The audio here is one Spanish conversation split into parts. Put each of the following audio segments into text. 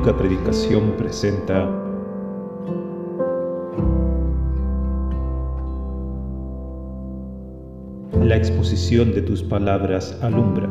Bíblica Predicación presenta la exposición de tus palabras alumbra.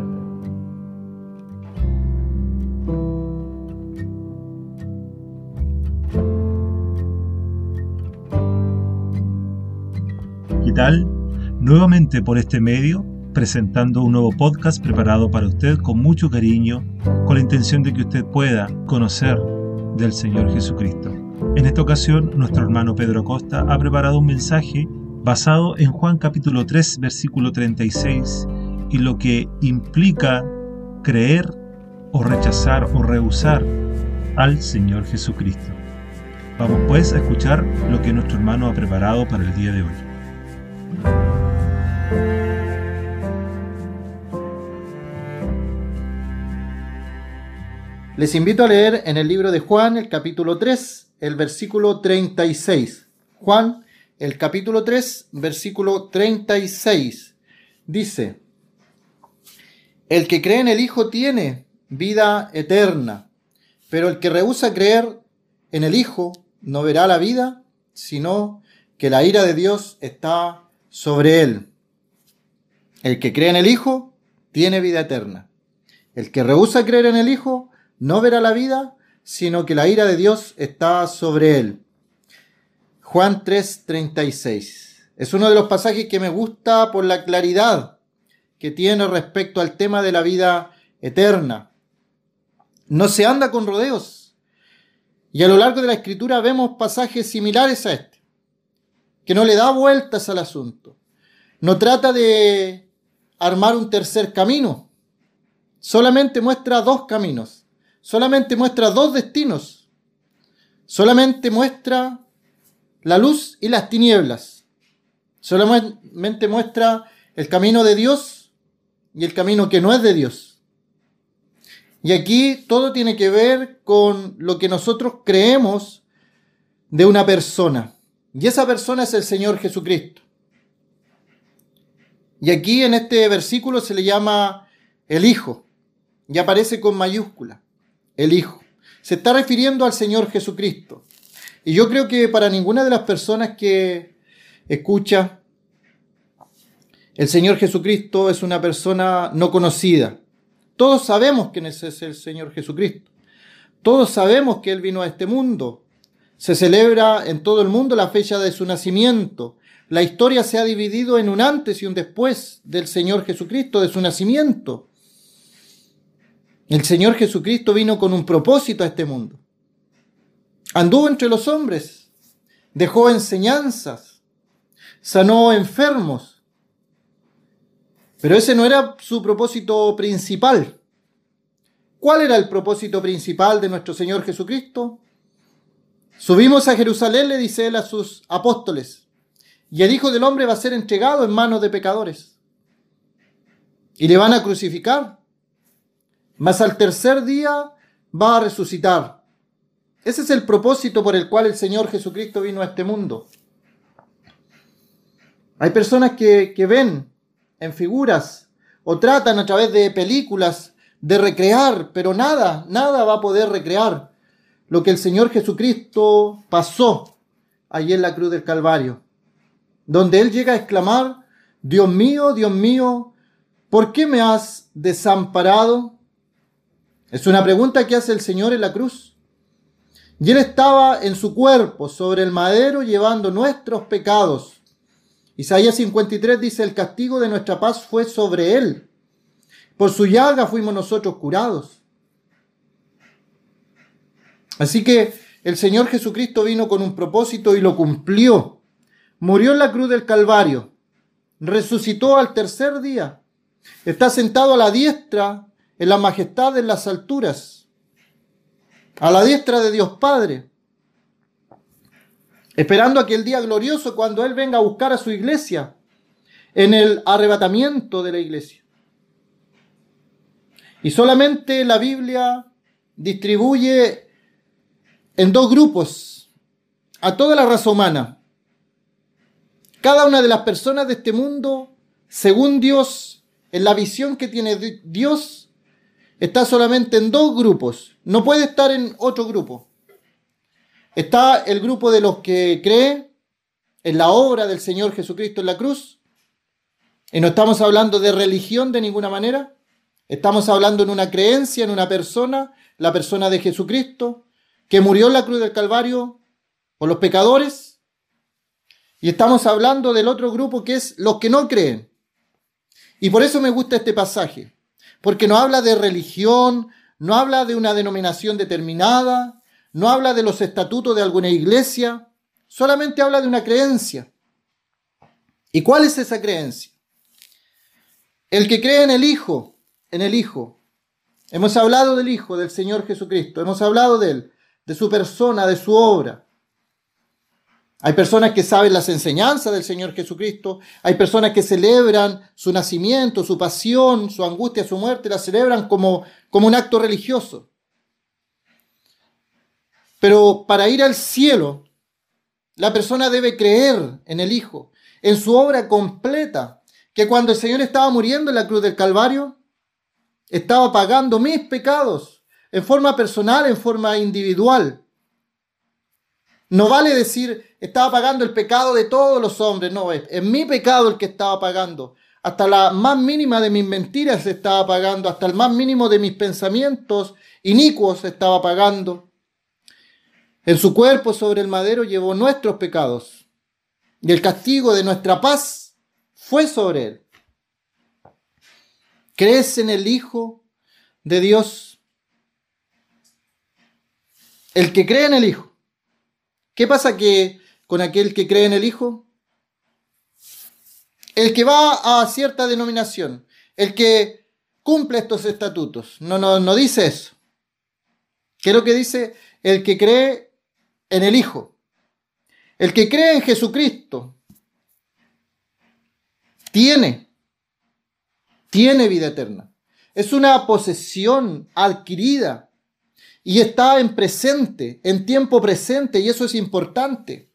¿Qué tal? Nuevamente por este medio, presentando un nuevo podcast preparado para usted con mucho cariño, con la intención de que usted pueda conocer del Señor Jesucristo. En esta ocasión, nuestro hermano Pedro Acosta ha preparado un mensaje basado en Juan capítulo 3, versículo 36, y lo que implica creer o rechazar o rehusar al Señor Jesucristo. Vamos pues a escuchar lo que nuestro hermano ha preparado para el día de hoy. Les invito a leer en el libro de Juan, el capítulo 3, el versículo 36. Juan, el capítulo 3, versículo 36. Dice: El que cree en el Hijo tiene vida eterna, pero el que rehúsa creer en el Hijo no verá la vida, sino que la ira de Dios está sobre él. El que cree en el Hijo tiene vida eterna. El que rehúsa creer en el Hijo no verá la vida, sino que la ira de Dios está sobre él. Juan 3:36. Es uno de los pasajes que me gusta por la claridad que tiene respecto al tema de la vida eterna. No se anda con rodeos. Y a lo largo de la Escritura vemos pasajes similares a este, que no le da vueltas al asunto. No trata de armar un tercer camino. Solamente muestra dos caminos. Solamente muestra dos destinos. Solamente muestra la luz y las tinieblas. Solamente muestra el camino de Dios y el camino que no es de Dios. Y aquí todo tiene que ver con lo que nosotros creemos de una persona. Y esa persona es el Señor Jesucristo. Y aquí en este versículo se le llama el Hijo. Y aparece con mayúscula. El Hijo. Se está refiriendo al Señor Jesucristo. Y yo creo que para ninguna de las personas que escucha, el Señor Jesucristo es una persona no conocida. Todos sabemos quién es el Señor Jesucristo. Todos sabemos que Él vino a este mundo. Se celebra en todo el mundo la fecha de su nacimiento. La historia se ha dividido en un antes y un después del Señor Jesucristo, de su nacimiento. El Señor Jesucristo vino con un propósito a este mundo. Anduvo entre los hombres, dejó enseñanzas, sanó enfermos. Pero ese no era su propósito principal. ¿Cuál era el propósito principal de nuestro Señor Jesucristo? Subimos a Jerusalén, le dice Él a sus apóstoles, y el Hijo del Hombre va a ser entregado en manos de pecadores. Y le van a crucificar. Mas al tercer día va a resucitar. Ese es el propósito por el cual el Señor Jesucristo vino a este mundo. Hay personas que ven en figuras o tratan a través de películas de recrear, pero nada va a poder recrear lo que el Señor Jesucristo pasó allí en la cruz del Calvario, donde Él llega a exclamar: Dios mío, ¿por qué me has desamparado? Es una pregunta que hace el Señor en la cruz. Y Él estaba en su cuerpo sobre el madero llevando nuestros pecados. Isaías 53 dice: el castigo de nuestra paz fue sobre Él. Por su llaga fuimos nosotros curados. Así que el Señor Jesucristo vino con un propósito y lo cumplió. Murió en la cruz del Calvario. Resucitó al tercer día. Está sentado a la diestra, en la majestad en las alturas, a la diestra de Dios Padre, esperando aquel día glorioso cuando Él venga a buscar a su iglesia, en el arrebatamiento de la iglesia. Y solamente la Biblia distribuye en dos grupos a toda la raza humana. Cada una de las personas de este mundo, según Dios, en la visión que tiene Dios, está solamente en dos grupos. No puede estar en otro grupo. Está el grupo de los que creen en la obra del Señor Jesucristo en la cruz. Y no estamos hablando de religión de ninguna manera. Estamos hablando en una creencia, en una persona, la persona de Jesucristo, que murió en la cruz del Calvario por los pecadores. Y estamos hablando del otro grupo, que es los que no creen. Y por eso me gusta este pasaje, porque no habla de religión, no habla de una denominación determinada, no habla de los estatutos de alguna iglesia, solamente habla de una creencia. ¿Y cuál es esa creencia? El que cree en el Hijo, en el Hijo. Hemos hablado del Hijo, del Señor Jesucristo, hemos hablado de Él, de su persona, de su obra. Hay personas que saben las enseñanzas del Señor Jesucristo, hay personas que celebran su nacimiento, su pasión, su angustia, su muerte, la celebran como un acto religioso. Pero para ir al cielo, la persona debe creer en el Hijo, en su obra completa, que cuando el Señor estaba muriendo en la cruz del Calvario, estaba pagando mis pecados, en forma personal, en forma individual. No vale decir, estaba pagando el pecado de todos los hombres. No, es mi pecado el que estaba pagando. Hasta la más mínima de mis mentiras estaba pagando. Hasta el más mínimo de mis pensamientos inicuos estaba pagando. En su cuerpo sobre el madero llevó nuestros pecados. Y el castigo de nuestra paz fue sobre él. ¿Crees en el Hijo de Dios? El que cree en el Hijo. ¿Qué pasa con aquel que cree en el Hijo? El que va a cierta denominación, el que cumple estos estatutos. No dice eso. ¿Qué es lo que dice? El que cree en el Hijo. El que cree en Jesucristo tiene vida eterna. Es una posesión adquirida. Y está en presente, en tiempo presente, y eso es importante.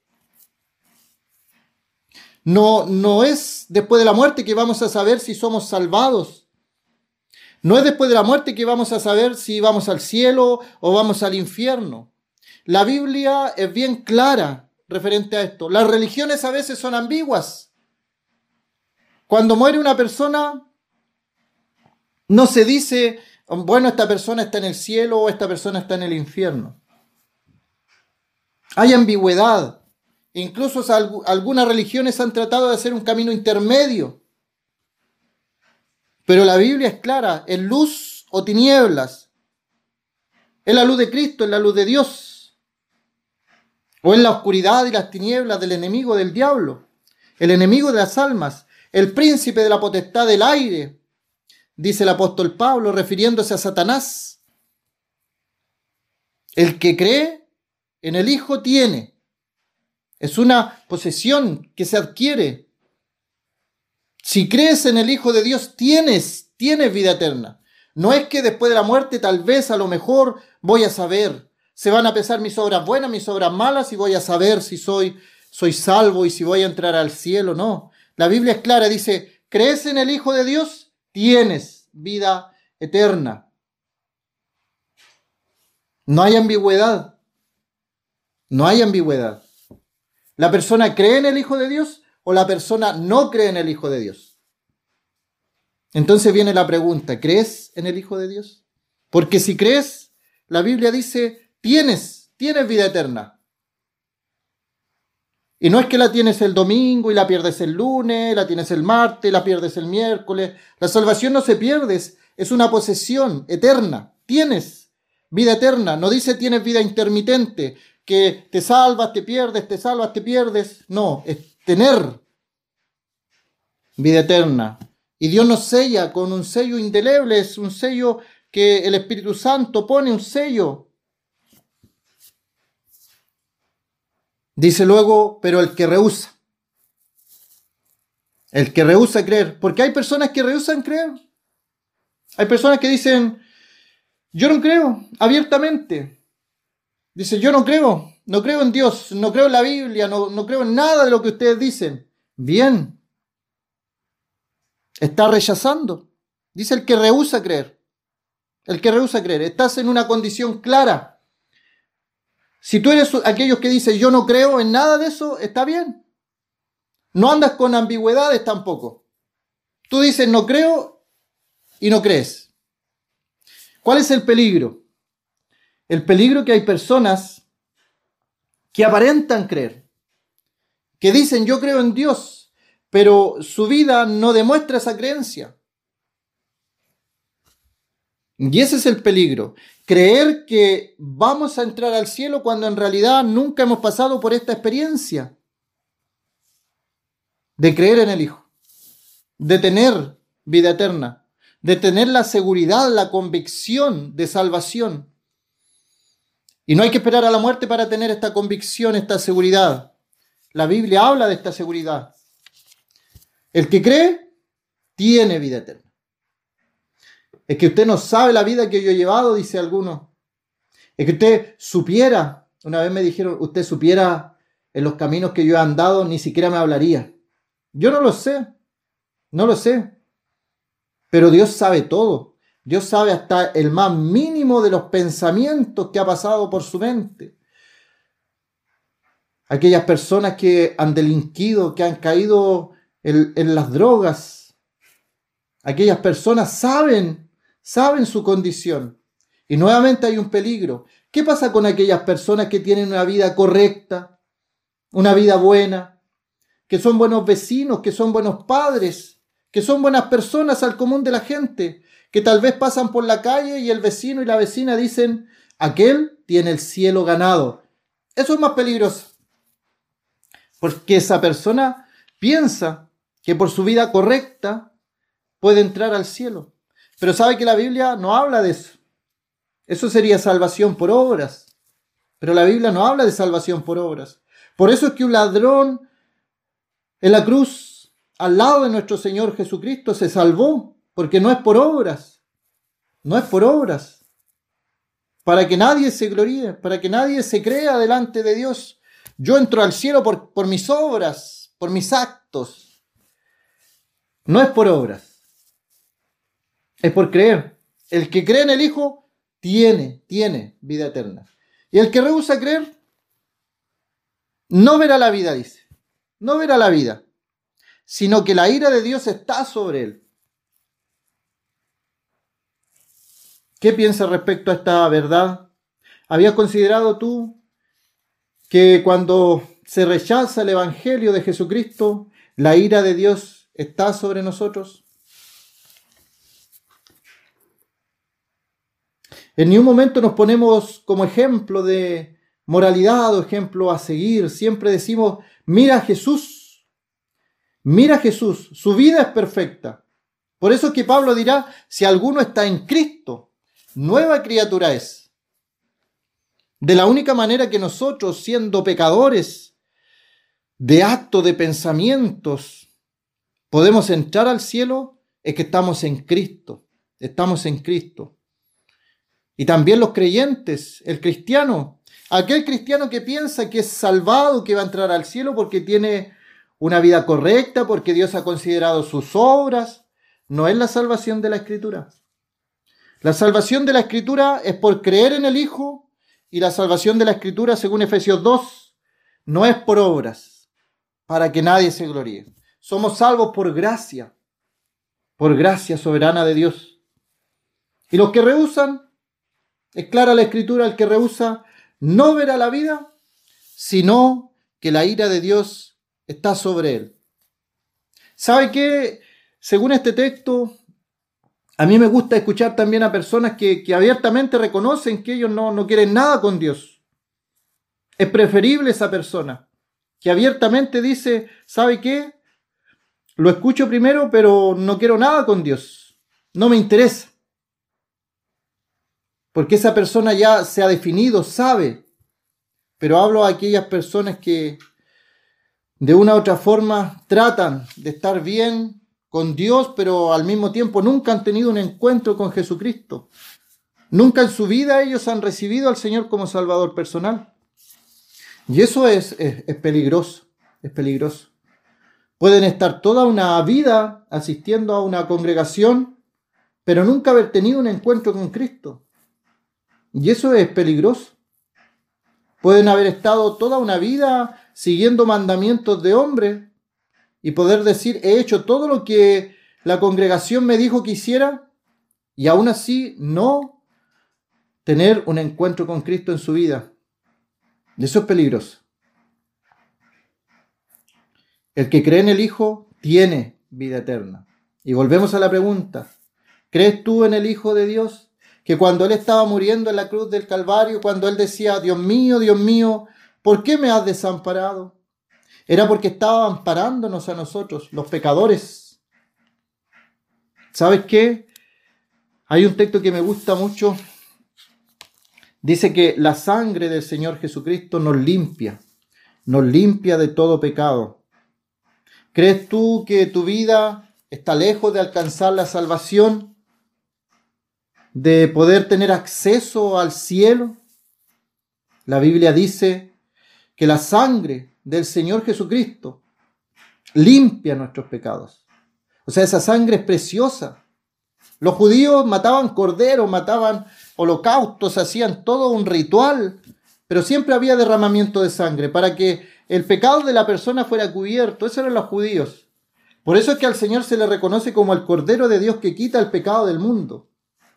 No es después de la muerte que vamos a saber si somos salvados. No es después de la muerte que vamos a saber si vamos al cielo o vamos al infierno. La Biblia es bien clara referente a esto. Las religiones a veces son ambiguas. Cuando muere una persona, no se dice, bueno, esta persona está en el cielo o esta persona está en el infierno. Hay ambigüedad. Incluso algunas religiones han tratado de hacer un camino intermedio. Pero la Biblia es clara, es luz o tinieblas. Es la luz de Cristo, es la luz de Dios. O es la oscuridad y las tinieblas del enemigo del diablo, el enemigo de las almas, el príncipe de la potestad del aire, dice el apóstol Pablo, refiriéndose a Satanás. El que cree en el Hijo tiene. Es una posesión que se adquiere. Si crees en el Hijo de Dios, tienes vida eterna. No es que después de la muerte, tal vez, a lo mejor, voy a saber. Se van a pesar mis obras buenas, mis obras malas, y voy a saber si soy salvo y si voy a entrar al cielo. No. La Biblia es clara, dice, ¿crees en el Hijo de Dios? Tienes vida eterna. No hay ambigüedad. No hay ambigüedad. ¿La persona cree en el Hijo de Dios o la persona no cree en el Hijo de Dios? Entonces viene la pregunta, ¿crees en el Hijo de Dios? Porque si crees, la Biblia dice, tienes vida eterna. Y no es que la tienes el domingo y la pierdes el lunes, la tienes el martes, la pierdes el miércoles. La salvación no se pierde, es una posesión eterna. Tienes vida eterna. No dice tienes vida intermitente, que te salvas, te pierdes, te salvas, te pierdes. No, es tener vida eterna. Y Dios nos sella con un sello indeleble, es un sello que el Espíritu Santo pone, un sello. Dice luego, pero el que rehúsa creer, porque hay personas que rehúsan creer. Hay personas que dicen, yo no creo, abiertamente. Dice, yo no creo en Dios, no creo en la Biblia, no creo en nada de lo que ustedes dicen. Bien. Está rechazando. Dice el que rehúsa creer. El que rehúsa creer. Estás en una condición clara. Si tú eres aquellos que dicen yo no creo en nada de eso, está bien. No andas con ambigüedades tampoco. Tú dices no creo y no crees. ¿Cuál es el peligro? El peligro que hay personas que aparentan creer, que dicen yo creo en Dios, pero su vida no demuestra esa creencia. Y ese es el peligro. Creer que vamos a entrar al cielo cuando en realidad nunca hemos pasado por esta experiencia de creer en el Hijo, de tener vida eterna, de tener la seguridad, la convicción de salvación. Y no hay que esperar a la muerte para tener esta convicción, esta seguridad. La Biblia habla de esta seguridad. El que cree tiene vida eterna. Es que usted no sabe la vida que yo he llevado, dice alguno. Es que usted supiera, una vez me dijeron, usted supiera en los caminos que yo he andado, ni siquiera me hablaría. Yo no lo sé, no lo sé. Pero Dios sabe todo. Dios sabe hasta el más mínimo de los pensamientos que ha pasado por su mente. Aquellas personas que han delinquido, que han caído en las drogas, aquellas personas saben su condición. Y nuevamente hay un peligro. ¿Qué pasa con aquellas personas que tienen una vida correcta, una vida buena, que son buenos vecinos, que son buenos padres, que son buenas personas al común de la gente, que tal vez pasan por la calle y el vecino y la vecina dicen, aquel tiene el cielo ganado? Eso es más peligroso, porque esa persona piensa que por su vida correcta puede entrar al cielo. Pero sabe que la Biblia no habla de eso. Eso sería salvación por obras. Pero la Biblia no habla de salvación por obras. Por eso es que un ladrón en la cruz, al lado de nuestro Señor Jesucristo, se salvó. Porque no es por obras. No es por obras. Para que nadie se gloríe, para que nadie se crea delante de Dios. Yo entro al cielo por mis obras, por mis actos. No es por obras. Es por creer. El que cree en el Hijo tiene vida eterna. Y el que rehúsa creer no verá la vida, dice. No verá la vida, sino que la ira de Dios está sobre él. ¿Qué piensas respecto a esta verdad? ¿Habías considerado tú que cuando se rechaza el Evangelio de Jesucristo, la ira de Dios está sobre nosotros? En ningún momento nos ponemos como ejemplo de moralidad o ejemplo a seguir. Siempre decimos, mira a Jesús, su vida es perfecta. Por eso es que Pablo dirá, si alguno está en Cristo, nueva criatura es. De la única manera que nosotros, siendo pecadores, de actos, de pensamientos, podemos entrar al cielo, es que estamos en Cristo. Estamos en Cristo. Y también los creyentes, el cristiano, aquel cristiano que piensa que es salvado, que va a entrar al cielo porque tiene una vida correcta, porque Dios ha considerado sus obras, no es la salvación de la Escritura. La salvación de la Escritura es por creer en el Hijo, y la salvación de la Escritura, según Efesios 2, no es por obras, para que nadie se gloríe. Somos salvos por gracia soberana de Dios. Y los que rehúsan, es clara la Escritura, el que rehúsa no verá la vida, sino que la ira de Dios está sobre él. ¿Sabe qué? Según este texto, a mí me gusta escuchar también a personas que abiertamente reconocen que ellos no quieren nada con Dios. Es preferible esa persona que abiertamente dice, ¿sabe qué? Lo escucho primero, pero no quiero nada con Dios. No me interesa. Porque esa persona ya se ha definido, sabe. Pero hablo a aquellas personas que de una u otra forma tratan de estar bien con Dios, pero al mismo tiempo nunca han tenido un encuentro con Jesucristo. Nunca en su vida ellos han recibido al Señor como Salvador personal. Y eso es peligroso, es peligroso. Pueden estar toda una vida asistiendo a una congregación, pero nunca haber tenido un encuentro con Cristo. Y eso es peligroso. Pueden haber estado toda una vida siguiendo mandamientos de hombres y poder decir, he hecho todo lo que la congregación me dijo que hiciera, y aún así no tener un encuentro con Cristo en su vida. Y eso es peligroso. El que cree en el Hijo tiene vida eterna. Y volvemos a la pregunta, ¿crees tú en el Hijo de Dios? Que cuando Él estaba muriendo en la cruz del Calvario, cuando Él decía, Dios mío, ¿por qué me has desamparado? Era porque estaba amparándonos a nosotros, los pecadores. ¿Sabes qué? Hay un texto que me gusta mucho. Dice que la sangre del Señor Jesucristo nos limpia de todo pecado. ¿Crees tú que tu vida está lejos de alcanzar la salvación? ¿De poder tener acceso al cielo? La Biblia dice que la sangre del Señor Jesucristo limpia nuestros pecados. O sea, esa sangre es preciosa. Los judíos mataban corderos, mataban holocaustos, hacían todo un ritual, pero siempre había derramamiento de sangre para que el pecado de la persona fuera cubierto. Esos eran los judíos. Por eso es que al Señor se le reconoce como el Cordero de Dios que quita el pecado del mundo.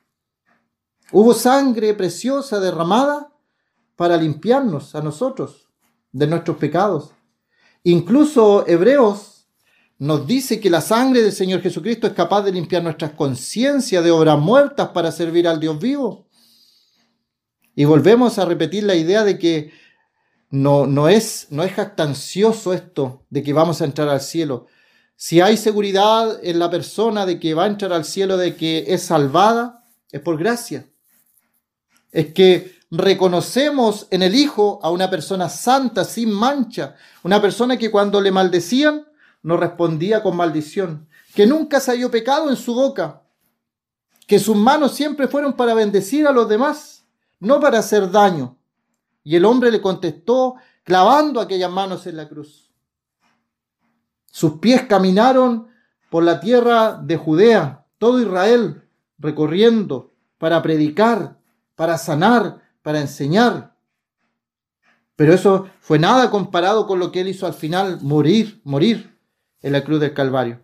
Hubo sangre preciosa derramada para limpiarnos a nosotros de nuestros pecados. Incluso Hebreos nos dice que la sangre del Señor Jesucristo es capaz de limpiar nuestras conciencias de obras muertas para servir al Dios vivo. Y volvemos a repetir la idea de que no es jactancioso esto de que vamos a entrar al cielo. Si hay seguridad en la persona de que va a entrar al cielo, de que es salvada, es por gracia. Es que reconocemos en el Hijo a una persona santa, sin mancha, una persona que cuando le maldecían, no respondía con maldición, que nunca se halló pecado en su boca, que sus manos siempre fueron para bendecir a los demás, no para hacer daño. Y el hombre le contestó clavando aquellas manos en la cruz. Sus pies caminaron por la tierra de Judea, todo Israel, recorriendo para predicar, para sanar, para enseñar. Pero eso fue nada comparado con lo que él hizo al final, morir en la cruz del Calvario.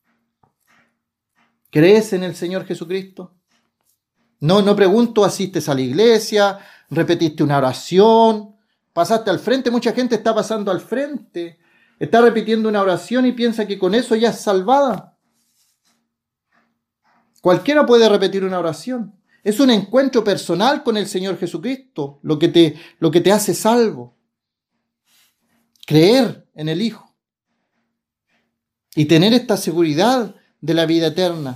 ¿Crees en el Señor Jesucristo? No pregunto, ¿asistes a la iglesia? ¿Repetiste una oración? ¿Pasaste al frente? Mucha gente está pasando al frente, está repitiendo una oración y piensa que con eso ya es salvada. Cualquiera puede repetir una oración. Es un encuentro personal con el Señor Jesucristo, lo que te hace salvo. Creer en el Hijo y tener esta seguridad de la vida eterna.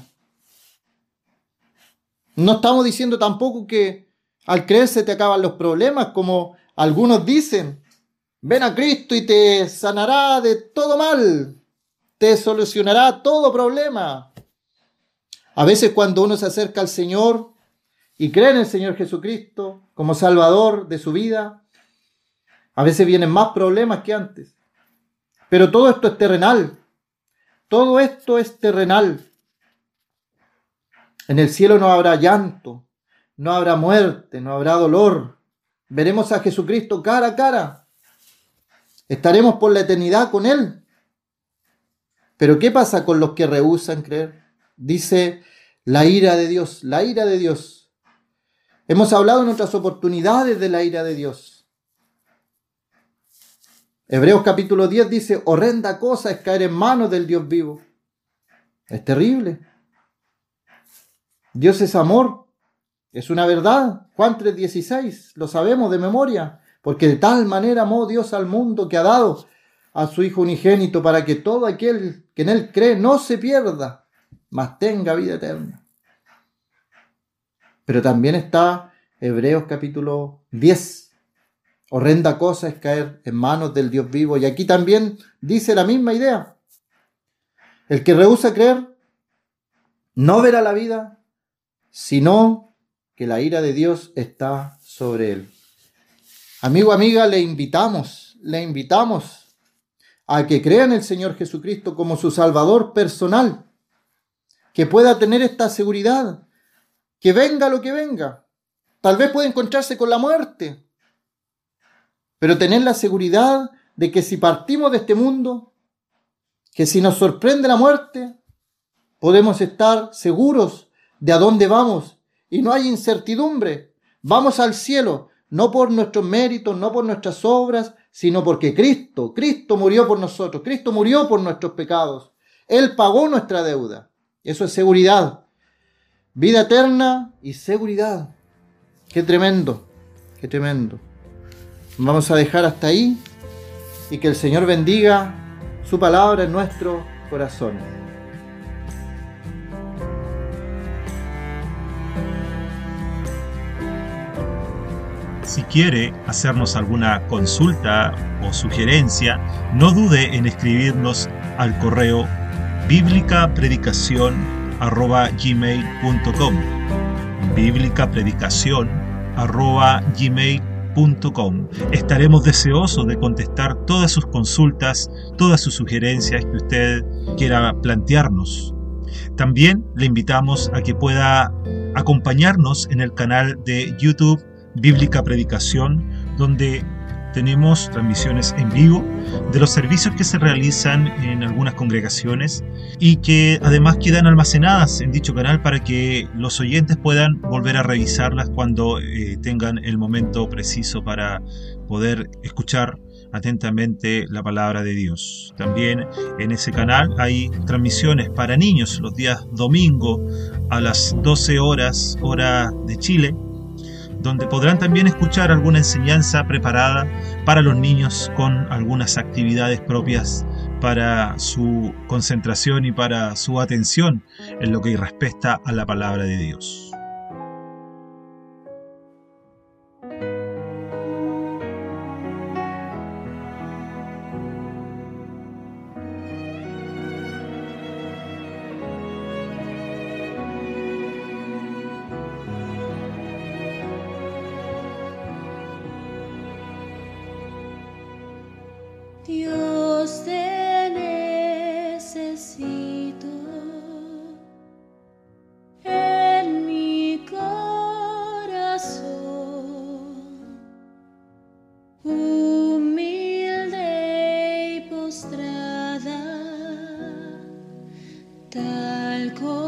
No estamos diciendo tampoco que al creer se te acaban los problemas, como algunos dicen. Ven a Cristo y te sanará de todo mal, te solucionará todo problema. A veces cuando uno se acerca al Señor y cree en el Señor Jesucristo como Salvador de su vida, a veces vienen más problemas que antes. Pero todo esto es terrenal. Todo esto es terrenal. En el cielo no habrá llanto, no habrá muerte, no habrá dolor. Veremos a Jesucristo cara a cara. Estaremos por la eternidad con Él. Pero ¿qué pasa con los que rehúsan creer? Dice la ira de Dios, la ira de Dios. Hemos hablado en otras oportunidades de la ira de Dios. Hebreos capítulo 10 dice, horrenda cosa es caer en manos del Dios vivo. Es terrible. Dios es amor, es una verdad. Juan 3:16, lo sabemos de memoria, porque de tal manera amó Dios al mundo que ha dado a su Hijo unigénito para que todo aquel que en Él cree no se pierda, mas tenga vida eterna. Pero también está Hebreos capítulo 10. Horrenda cosa es caer en manos del Dios vivo. Y aquí también dice la misma idea. El que rehúsa creer no verá la vida, sino que la ira de Dios está sobre él. Amigo, amiga, le invitamos a que crea en el Señor Jesucristo como su Salvador personal, que pueda tener esta seguridad, que venga lo que venga. Tal vez pueda encontrarse con la muerte, pero tener la seguridad de que si partimos de este mundo, que si nos sorprende la muerte, podemos estar seguros de a dónde vamos y no hay incertidumbre. Vamos al cielo, no por nuestros méritos, no por nuestras obras, sino porque Cristo murió por nosotros, Cristo murió por nuestros pecados. Él pagó nuestra deuda. Eso es seguridad. Vida eterna y seguridad. Qué tremendo, qué tremendo. Vamos a dejar hasta ahí y que el Señor bendiga su palabra en nuestro corazón. Si quiere hacernos alguna consulta o sugerencia, no dude en escribirnos al correo biblicapredicación@gmail.com biblicapredicación@gmail.com. Estaremos deseosos de contestar todas sus consultas, todas sus sugerencias que usted quiera plantearnos. También le invitamos a que pueda acompañarnos en el canal de YouTube Bíblica Predicación, donde tenemos transmisiones en vivo de los servicios que se realizan en algunas congregaciones y que además quedan almacenadas en dicho canal para que los oyentes puedan volver a revisarlas cuando tengan el momento preciso para poder escuchar atentamente la palabra de Dios. También en ese canal hay transmisiones para niños los días domingo a las 12 horas, hora de Chile, donde podrán también escuchar alguna enseñanza preparada para los niños con algunas actividades propias para su concentración y para su atención en lo que respecta a la palabra de Dios. Dios, te necesito en mi corazón, humilde y postrada, tal como